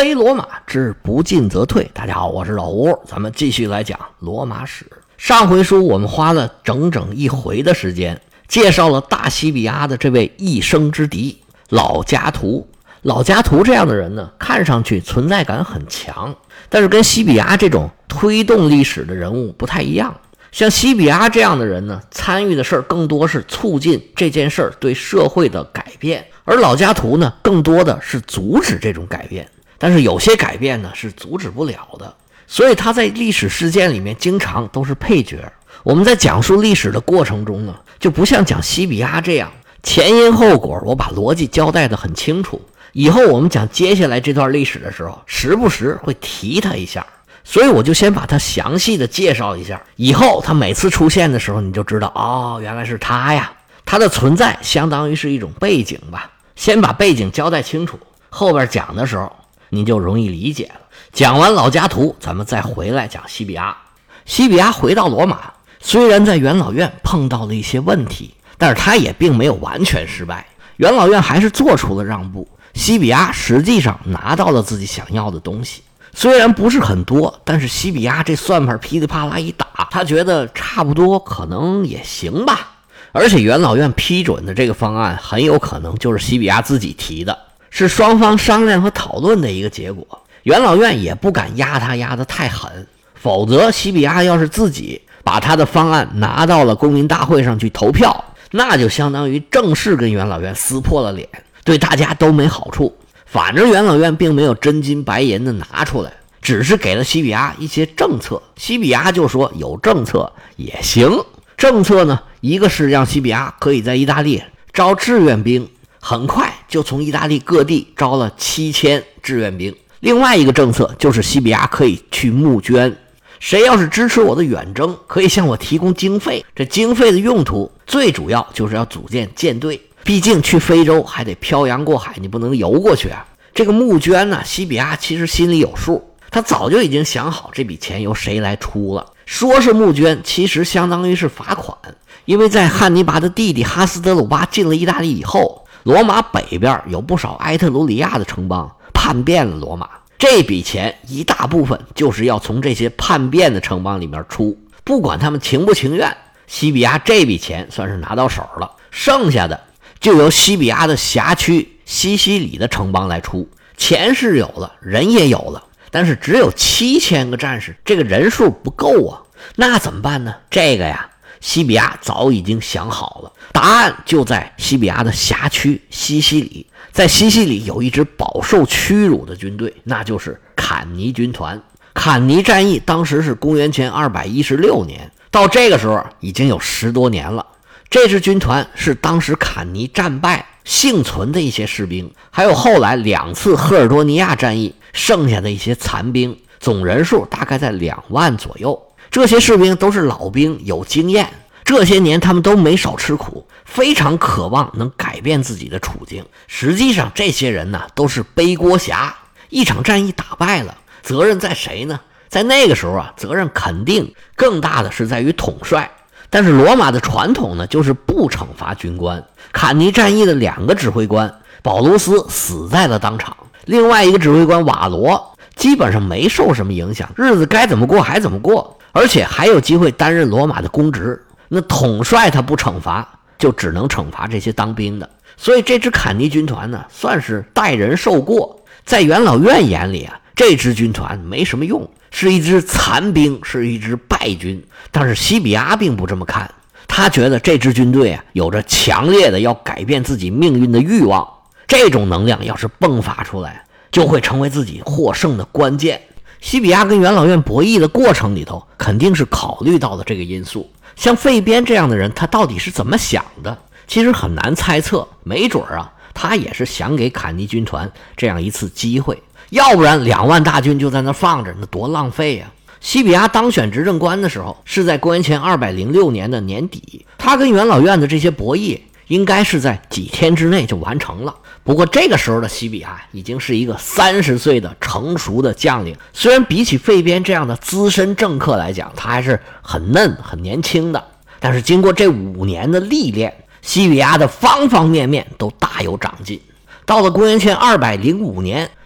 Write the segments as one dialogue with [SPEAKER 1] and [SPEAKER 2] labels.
[SPEAKER 1] 非罗马之不进则退。大家好，我是老吴，咱们继续来讲罗马史。上回书我们花了整整一回的时间，介绍了大西比阿的这位一生之敌老加图。老加图这样的人呢，看上去存在感很强，但是跟西比阿这种推动历史的人物不太一样。像西比阿这样的人呢，参与的事儿更多是促进这件事儿对社会的改变，而老加图呢，更多的是阻止这种改变。但是有些改变呢是阻止不了的，所以他在历史事件里面经常都是配角。我们在讲述历史的过程中呢，就不像讲西比阿这样前因后果我把逻辑交代得很清楚，以后我们讲接下来这段历史的时候时不时会提他一下，所以我就先把他详细的介绍一下，以后他每次出现的时候你就知道，哦，原来是他呀。他的存在相当于是一种背景吧，先把背景交代清楚，后边讲的时候你就容易理解了。讲完老加图，咱们再回来讲西比阿。西比阿回到罗马，虽然在元老院碰到了一些问题，但是他也并没有完全失败，元老院还是做出了让步，西比阿实际上拿到了自己想要的东西，虽然不是很多，但是西比阿这算盘噼里啪啦一打，他觉得差不多可能也行吧。而且元老院批准的这个方案很有可能就是西比阿自己提的，是双方商量和讨论的一个结果。元老院也不敢压他压得太狠，否则西比阿要是自己把他的方案拿到了公民大会上去投票，那就相当于正式跟元老院撕破了脸，对大家都没好处。反正元老院并没有真金白银的拿出来，只是给了西比阿一些政策，西比阿就说有政策也行。政策呢，一个是让西比阿可以在意大利招志愿兵，很快就从意大利各地招了7000志愿兵。另外一个政策就是西比阿可以去募捐，谁要是支持我的远征，可以向我提供经费。这经费的用途最主要就是要组建舰队，毕竟去非洲还得漂洋过海，你不能游过去啊。这个募捐呢，西比阿其实心里有数，他早就已经想好这笔钱由谁来出了。说是募捐，其实相当于是罚款，因为在汉尼拔的弟弟哈斯德鲁巴进了意大利以后，罗马北边有不少埃特鲁里亚的城邦叛变了罗马，这笔钱一大部分就是要从这些叛变的城邦里面出，不管他们情不情愿，西比阿这笔钱算是拿到手了，剩下的就由西比阿的辖区西西里的城邦来出。钱是有了，人也有了，但是只有7000个战士，这个人数不够啊，那怎么办呢？这个呀，西比阿早已经想好了，答案就在西比阿的辖区西西里。在西西里有一支饱受屈辱的军队，那就是坎尼军团。坎尼战役当时是公元前216年，到这个时候已经有10多年了。这支军团是当时坎尼战败幸存的一些士兵，还有后来2次赫尔多尼亚战役剩下的一些残兵，总人数大概在2万左右。这些士兵都是老兵，有经验，这些年他们都没少吃苦，非常渴望能改变自己的处境。实际上这些人呢，都是背锅侠，一场战役打败了，责任在谁呢？在那个时候啊，责任肯定更大的是在于统帅。但是罗马的传统呢，就是不惩罚军官。坎尼战役的2个指挥官，保卢斯死在了当场，另外一个指挥官瓦罗基本上没受什么影响，日子该怎么过还怎么过，而且还有机会担任罗马的公职。那统帅他不惩罚，就只能惩罚这些当兵的。所以这支坎尼军团呢，算是代人受过。在元老院眼里啊，这支军团没什么用，是一支残兵，是一支败军。但是西比阿并不这么看，他觉得这支军队啊，有着强烈的要改变自己命运的欲望，这种能量要是迸发出来，就会成为自己获胜的关键。西比阿跟元老院博弈的过程里头，肯定是考虑到了这个因素。像费边这样的人，他到底是怎么想的，其实很难猜测。没准啊，他也是想给坎尼军团这样一次机会，要不然2万大军就在那放着，那多浪费呀。西比阿当选执政官的时候是在公元前206年的年底，他跟元老院的这些博弈应该是在几天之内就完成了。不过这个时候的西比阿已经是一个30岁的成熟的将领，虽然比起费边这样的资深政客来讲，他还是很嫩很年轻的，但是经过这5年的历练，西比阿的方方面面都大有长进。到了公元前205年，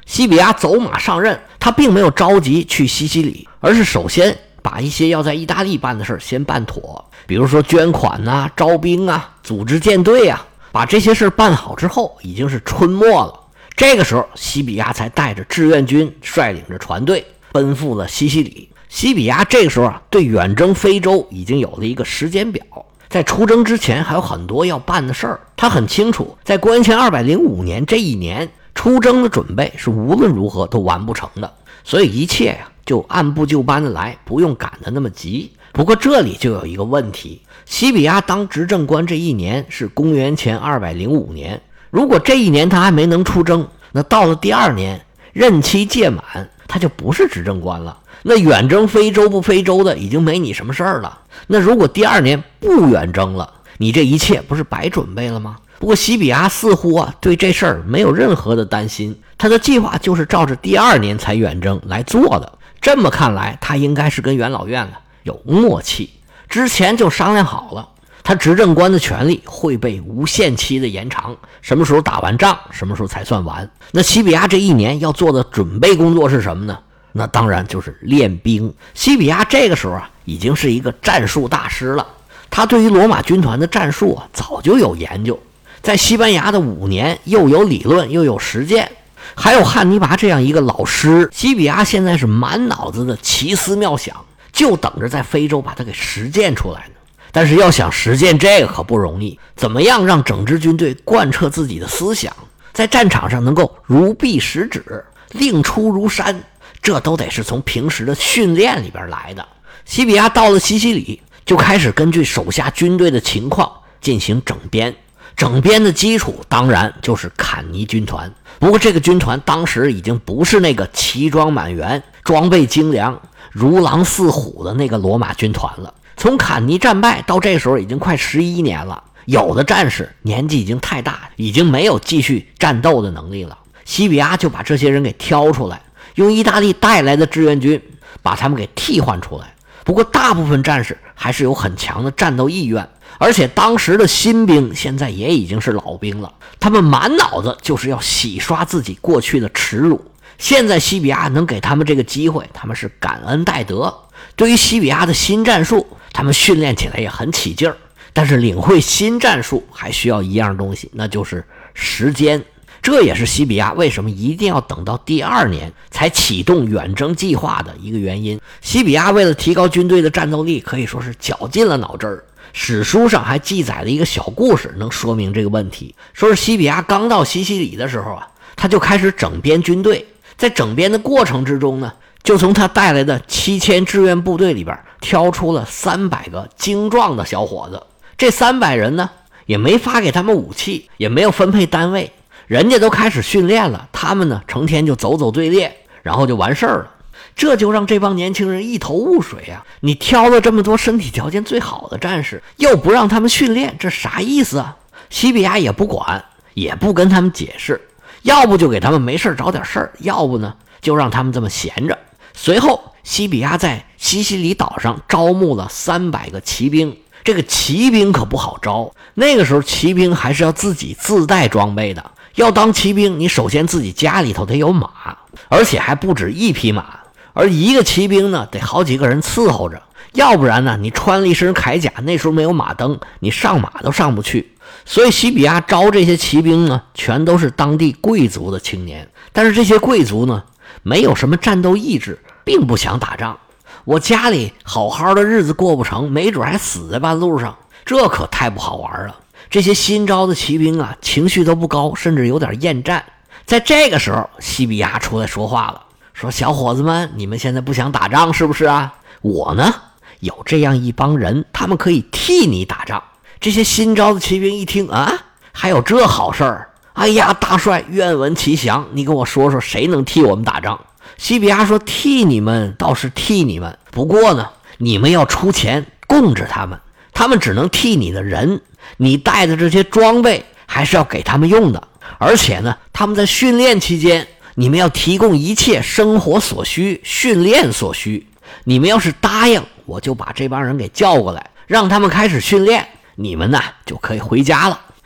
[SPEAKER 1] 西比亚走马上任，他并没有着急去西西里，而是首先把一些要在意大利办的事先办妥，比如说捐款啊、招兵啊、组织舰队啊，把这些事办好之后，已经是春末了。这个时候，西比亚才带着志愿军，率领着船队奔赴了西西里。西比亚这个时候对远征非洲已经有了一个时间表，在出征之前还有很多要办的事儿。他很清楚，在公元前205年这一年，出征的准备是无论如何都完不成的，所以一切就按部就班的来，不用赶得那么急。不过这里就有一个问题，西比亚当执政官这一年是公元前205年，如果这一年他还没能出征，那到了第2年任期届满，他就不是执政官了。那远征非洲不非洲的已经没你什么事儿了。那如果第2年不远征了，你这一切不是白准备了吗？不过西比亚似乎对这事儿没有任何的担心，他的计划就是照着第2年才远征来做的。这么看来，他应该是跟元老院有默契，之前就商量好了，他执政官的权力会被无限期的延长，什么时候打完仗，什么时候才算完。那西比亚这一年要做的准备工作是什么呢？那当然就是练兵。西比亚这个时候已经是一个战术大师了，他对于罗马军团的战术早就有研究，在西班牙的5年又有理论又有实践，还有汉尼拔这样一个老师，西比亚现在是满脑子的奇思妙想，就等着在非洲把它给实践出来呢。但是要想实践这个可不容易，怎么样让整支军队贯彻自己的思想，在战场上能够如臂使指，令出如山，这都得是从平时的训练里边来的。西比亚到了西西里，就开始根据手下军队的情况进行整编。整编的基础当然就是坎尼军团，不过这个军团当时已经不是那个齐装满员、装备精良、如狼似虎的那个罗马军团了。从坎尼战败到这时候已经快11年了，有的战士年纪已经太大，已经没有继续战斗的能力了。西比亚就把这些人给挑出来，用意大利带来的志愿军把他们给替换出来。不过大部分战士还是有很强的战斗意愿，而且当时的新兵现在也已经是老兵了，他们满脑子就是要洗刷自己过去的耻辱。现在西比亚能给他们这个机会，他们是感恩戴德。对于西比亚的新战术，他们训练起来也很起劲儿，但是领会新战术还需要一样东西，那就是时间。这也是西比亚为什么一定要等到第2年才启动远征计划的一个原因。西比亚为了提高军队的战斗力，可以说是绞尽了脑汁儿。史书上还记载了一个小故事，能说明这个问题。说是西比亚刚到西西里的时候他就开始整编军队。在整编的过程之中呢，就从他带来的7000志愿部队里边挑出了300个精壮的小伙子。这300人呢，也没发给他们武器，也没有分配单位，人家都开始训练了，他们呢成天就走走队列，然后就完事儿了。这就让这帮年轻人一头雾水啊！你挑了这么多身体条件最好的战士，又不让他们训练，这啥意思啊？西比亚也不管，也不跟他们解释，要不就给他们没事找点事儿，要不呢就让他们这么闲着。随后西比亚在西西里岛上招募了300个骑兵。这个骑兵可不好招，那个时候骑兵还是要自己自带装备的。要当骑兵，你首先自己家里头得有马，而且还不止1匹马，而一个骑兵呢得好几个人伺候着，要不然呢你穿了一身铠甲，那时候没有马灯，你上马都上不去。所以西比亚招这些骑兵呢，全都是当地贵族的青年。但是这些贵族呢，没有什么战斗意志，并不想打仗。我家里好好的日子过不成，没准还死在半路上，这可太不好玩了。这些新招的骑兵情绪都不高，甚至有点厌战。在这个时候，西比亚出来说话了，说小伙子们，你们现在不想打仗是不是啊？我呢有这样一帮人，他们可以替你打仗。这些新招的骑兵一听还有这好事儿，哎呀，大帅愿闻其详，你跟我说说谁能替我们打仗。西比亚说，替你们倒是替你们，不过呢你们要出钱供着他们，他们只能替你的人，你带的这些装备还是要给他们用的，而且呢他们在训练期间，你们要提供一切生活所需、训练所需。你们要是答应，我就把这帮人给叫过来，让他们开始训练，你们呢就可以回家了。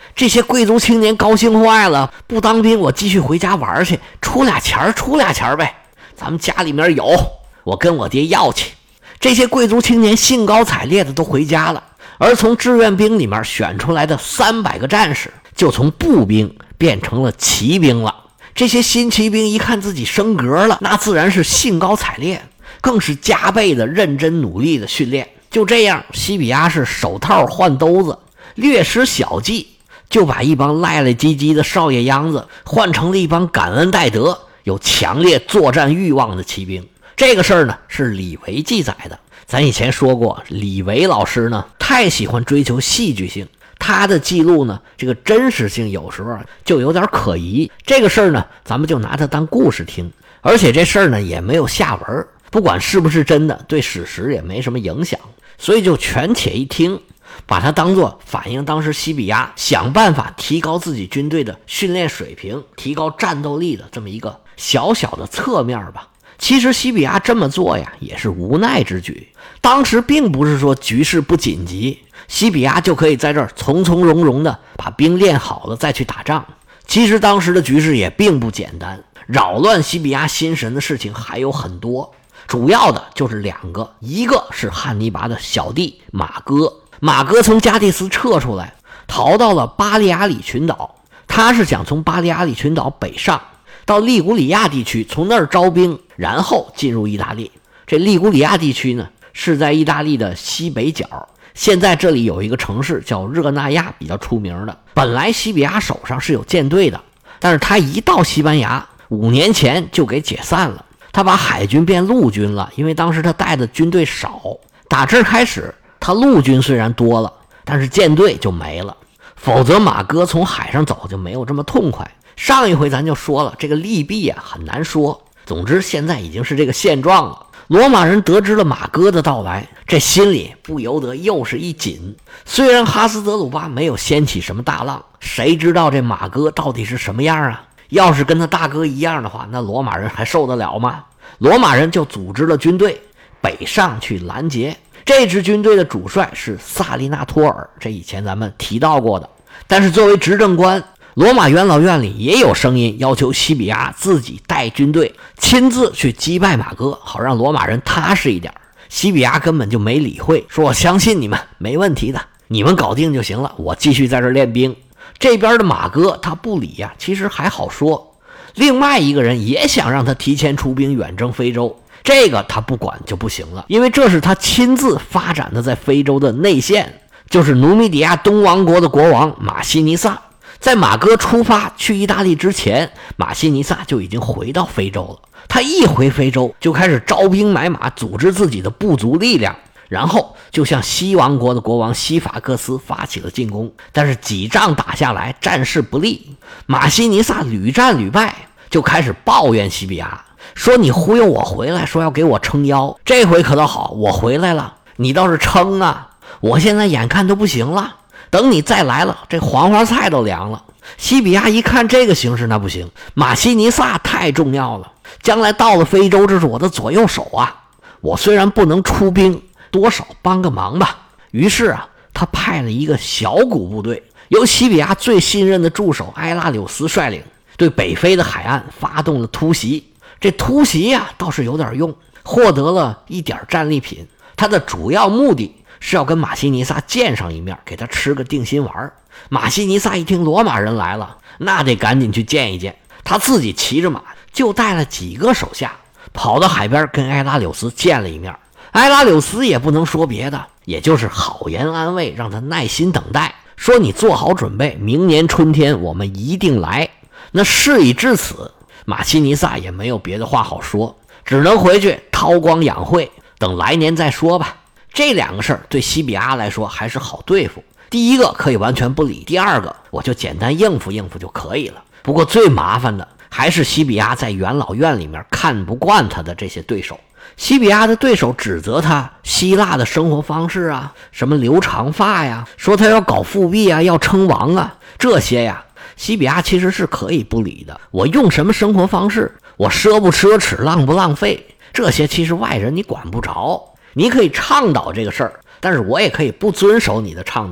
[SPEAKER 1] 这些贵族青年高兴坏了，不当兵我继续回家玩去，出俩钱呗，咱们家里面有，我跟我爹要去。这些贵族青年兴高采烈的都回家了，而从志愿兵里面选出来的300个战士就从步兵变成了骑兵了。这些新骑兵一看自己升格了，那自然是兴高采烈，更是加倍的认真努力的训练。就这样，西比亚是手套换兜子，略施小计，就把一帮赖赖唧唧的少爷秧子换成了一帮感恩戴德、有强烈作战欲望的骑兵。这个事儿呢，是李维记载的。咱以前说过，李维老师呢太喜欢追求戏剧性，他的记录呢，这个真实性有时候就有点可疑。这个事儿呢，咱们就拿它当故事听，而且这事儿呢也没有下文，不管是不是真的，对史实也没什么影响，所以就权且一听，把它当作反映当时西比亚想办法提高自己军队的训练水平、提高战斗力的这么一个小小的侧面吧。其实西比亚这么做呀，也是无奈之举。当时并不是说局势不紧急，西比亚就可以在这儿从从容容的把兵练好了再去打仗。其实当时的局势也并不简单，扰乱西比亚心神的事情还有很多，主要的就是2个，一个是汉尼拔的小弟马哥。马哥从加的斯撤出来，逃到了巴利亚里群岛，他是想从巴利亚里群岛北上到利古里亚地区，从那儿招兵，然后进入意大利。这利古里亚地区呢，是在意大利的西北角，现在这里有一个城市叫热那亚，比较出名的。本来西比亚手上是有舰队的，但是他一到西班牙5年前就给解散了，他把海军变陆军了，因为当时他带的军队少。打这儿开始，他陆军虽然多了，但是舰队就没了，否则马哥从海上走就没有这么痛快。上一回咱就说了，这个利弊啊很难说，总之现在已经是这个现状了。罗马人得知了马哥的到来，这心里不由得又是一紧。虽然哈斯德鲁巴没有掀起什么大浪，谁知道这马哥到底是什么样啊？要是跟他大哥一样的话，那罗马人还受得了吗？罗马人就组织了军队北上去拦截。这支军队的主帅是萨利纳托尔，这以前咱们提到过的。但是作为执政官，罗马元老院里也有声音要求西比亚自己带军队亲自去击败马哥，好让罗马人踏实一点。西比亚根本就没理会，说我相信你们，没问题的，你们搞定就行了，我继续在这练兵。这边的马哥他不理呀，其实还好说。另外一个人也想让他提前出兵远征非洲，这个他不管就不行了，因为这是他亲自发展的在非洲的内线，就是努米底亚东王国的国王马西尼萨。在马哥出发去意大利之前，马西尼萨就已经回到非洲了。他一回非洲就开始招兵买马，组织自己的部族力量，然后就向西王国的国王西法克斯发起了进攻。但是几仗打下来，战事不利，马西尼萨屡战屡败，就开始抱怨西比亚，说你忽悠我回来，说要给我撑腰，这回可倒好，我回来了，你倒是撑啊，我现在眼看都不行了，等你再来了，这黄花菜都凉了。西比亚一看这个形势，那不行，马西尼萨太重要了，将来到了非洲，这是我的左右手啊，我虽然不能出兵，多少帮个忙吧。于是啊，他派了一个小股部队，由西比亚最信任的助手埃拉柳斯率领，对北非的海岸发动了突袭。这突袭啊倒是有点用，获得了一点战利品。他的主要目的是要跟马西尼萨见上一面，给他吃个定心丸。马西尼萨一听罗马人来了，那得赶紧去见一见。他自己骑着马，就带了几个手下，跑到海边跟埃拉柳斯见了一面。埃拉柳斯也不能说别的，也就是好言安慰，让他耐心等待，说你做好准备，明年春天我们一定来。那事已至此，马西尼萨也没有别的话好说，只能回去韬光养晦，等来年再说吧。这2个事儿对西比亚来说还是好对付，第一个可以完全不理，第二个我就简单应付应付就可以了。不过最麻烦的还是西比亚在元老院里面看不惯他的这些对手。西比亚的对手指责他希腊的生活方式啊，什么留长发呀，说他要搞复辟啊，要称王啊，这些呀西比亚其实是可以不理的。我用什么生活方式，我奢不奢侈，浪不浪费，这些其实外人你管不着。你可以倡导这个事儿，但是我也可以不遵守你的倡导。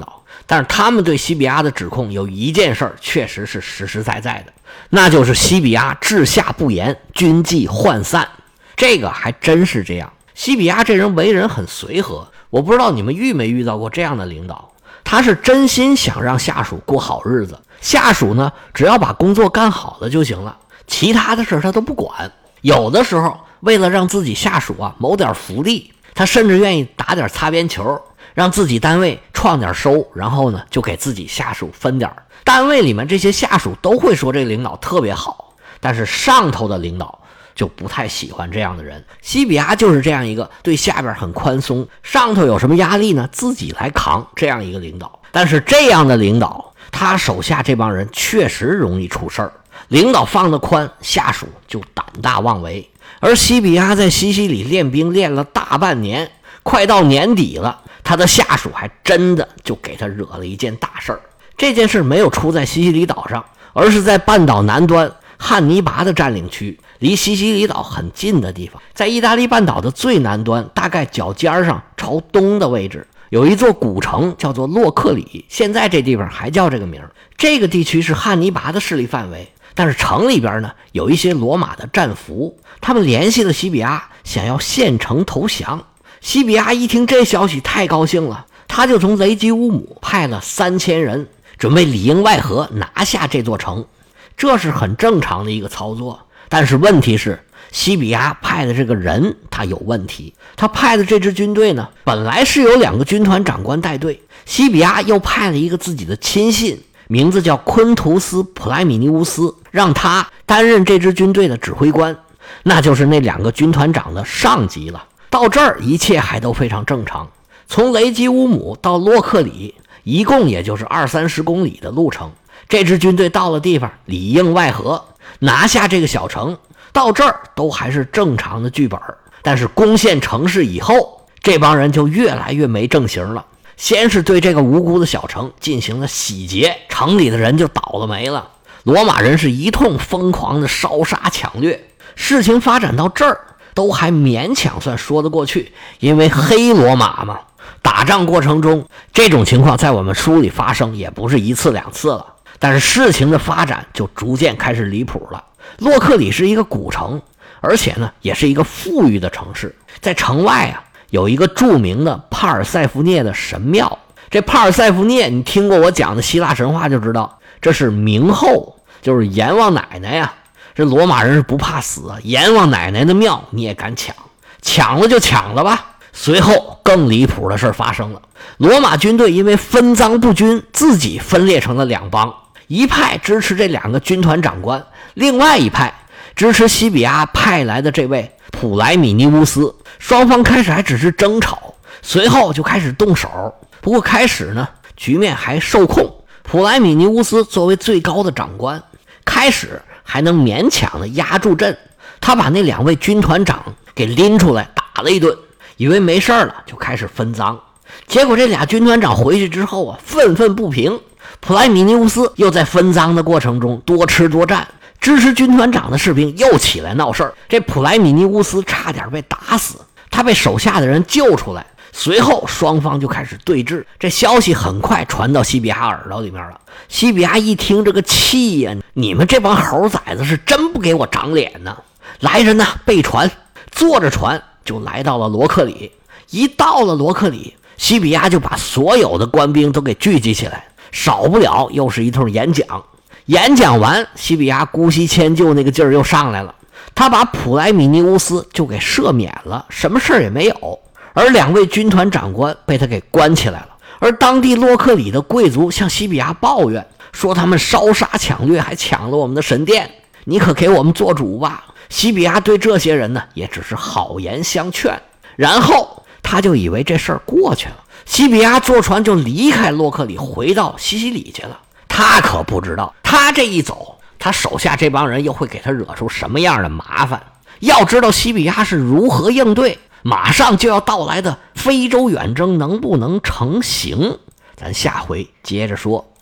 [SPEAKER 1] 但是他们对西比亚的指控有一件事确实是实实在在的，那就是西比亚治下不严，军纪涣散。这个还真是这样。西比亚这人为人很随和，我不知道你们遇没遇到过这样的领导，他是真心想让下属过好日子，下属呢只要把工作干好了就行了，其他的事他都不管。有的时候为了让自己下属谋点福利，他甚至愿意打点擦边球，让自己单位创点收，然后呢就给自己下属分点。单位里面这些下属都会说这领导特别好，但是上头的领导就不太喜欢这样的人。西比亚就是这样一个对下边很宽松，上头有什么压力呢自己来扛这样一个领导。但是这样的领导，他手下这帮人确实容易出事儿。领导放得宽，下属就胆大妄为。而西比亚在西西里练兵练了大半年，快到年底了，他的下属还真的就给他惹了一件大事儿。这件事没有出在西西里岛上，而是在半岛南端汉尼拔的占领区，离西西里岛很近的地方。在意大利半岛的最南端，大概脚尖上朝东的位置，有一座古城叫做洛克里，现在这地方还叫这个名。这个地区是汉尼拔的势力范围，但是城里边呢有一些罗马的战俘，他们联系了西比亚，想要献城投降。西比亚一听这消息太高兴了，他就从雷吉乌姆派了3000人，准备里应外合拿下这座城。这是很正常的一个操作，但是问题是西比亚派的这个人他有问题。他派的这支军队呢，本来是由2个军团长官带队，西比亚又派了一个自己的亲信，名字叫昆图斯·普莱米尼乌斯，让他担任这支军队的指挥官，那就是那2个军团长的上级了。到这儿一切还都非常正常。从雷吉乌姆到洛克里一共也就是20-30公里的路程，这支军队到了地方里应外合拿下这个小城，到这儿都还是正常的剧本。但是攻陷城市以后，这帮人就越来越没正形了。先是对这个无辜的小城进行了洗劫，城里的人就倒了霉了。罗马人是一通疯狂的烧杀抢掠。事情发展到这儿都还勉强算说得过去，因为黑罗马嘛，打仗过程中这种情况在我们书里发生也不是1次2次了。但是事情的发展就逐渐开始离谱了。洛克里是一个古城，而且呢也是一个富裕的城市。在城外有一个著名的帕尔塞福涅的神庙。这帕尔塞福涅你听过我讲的希腊神话就知道，这是冥后，就是阎王奶奶呀。这罗马人是不怕死啊，阎王奶奶的庙你也敢抢？抢了就抢了吧。随后更离谱的事发生了，罗马军队因为分赃不均，自己分裂成了2帮，一派支持这2个军团长官，另外一派支持西比亚派来的这位普莱米尼乌斯。双方开始还只是争吵，随后就开始动手。不过开始呢，局面还受控。普莱米尼乌斯作为最高的长官，开始还能勉强的压住阵。他把那2位军团长给拎出来打了一顿，以为没事了，就开始分赃。结果这俩军团长回去之后啊，愤愤不平。普莱米尼乌斯又在分赃的过程中多吃多占，支持军团长的士兵又起来闹事儿，这普莱米尼乌斯差点被打死，他被手下的人救出来。随后双方就开始对峙，这消息很快传到西比亚耳朵里面了。西比亚一听这个气呀，你们这帮猴崽子是真不给我长脸呢！来人呐，备船，坐着船就来到了罗克里。一到了罗克里，西比亚就把所有的官兵都给聚集起来，少不了又是一通演讲。演讲完，西比亚姑息迁就那个劲儿又上来了，他把普莱米尼乌斯就给赦免了，什么事儿也没有。而2位军团长官被他给关起来了。而当地洛克里的贵族向西比亚抱怨说，他们烧杀抢掠，还抢了我们的神殿，你可给我们做主吧。西比亚对这些人呢也只是好言相劝，然后他就以为这事儿过去了。西比亚坐船就离开洛克里，回到西西里去了。他可不知道，他这一走，他手下这帮人又会给他惹出什么样的麻烦。要知道西比亚是如何应对马上就要到来的非洲远征能不能成行，咱下回接着说。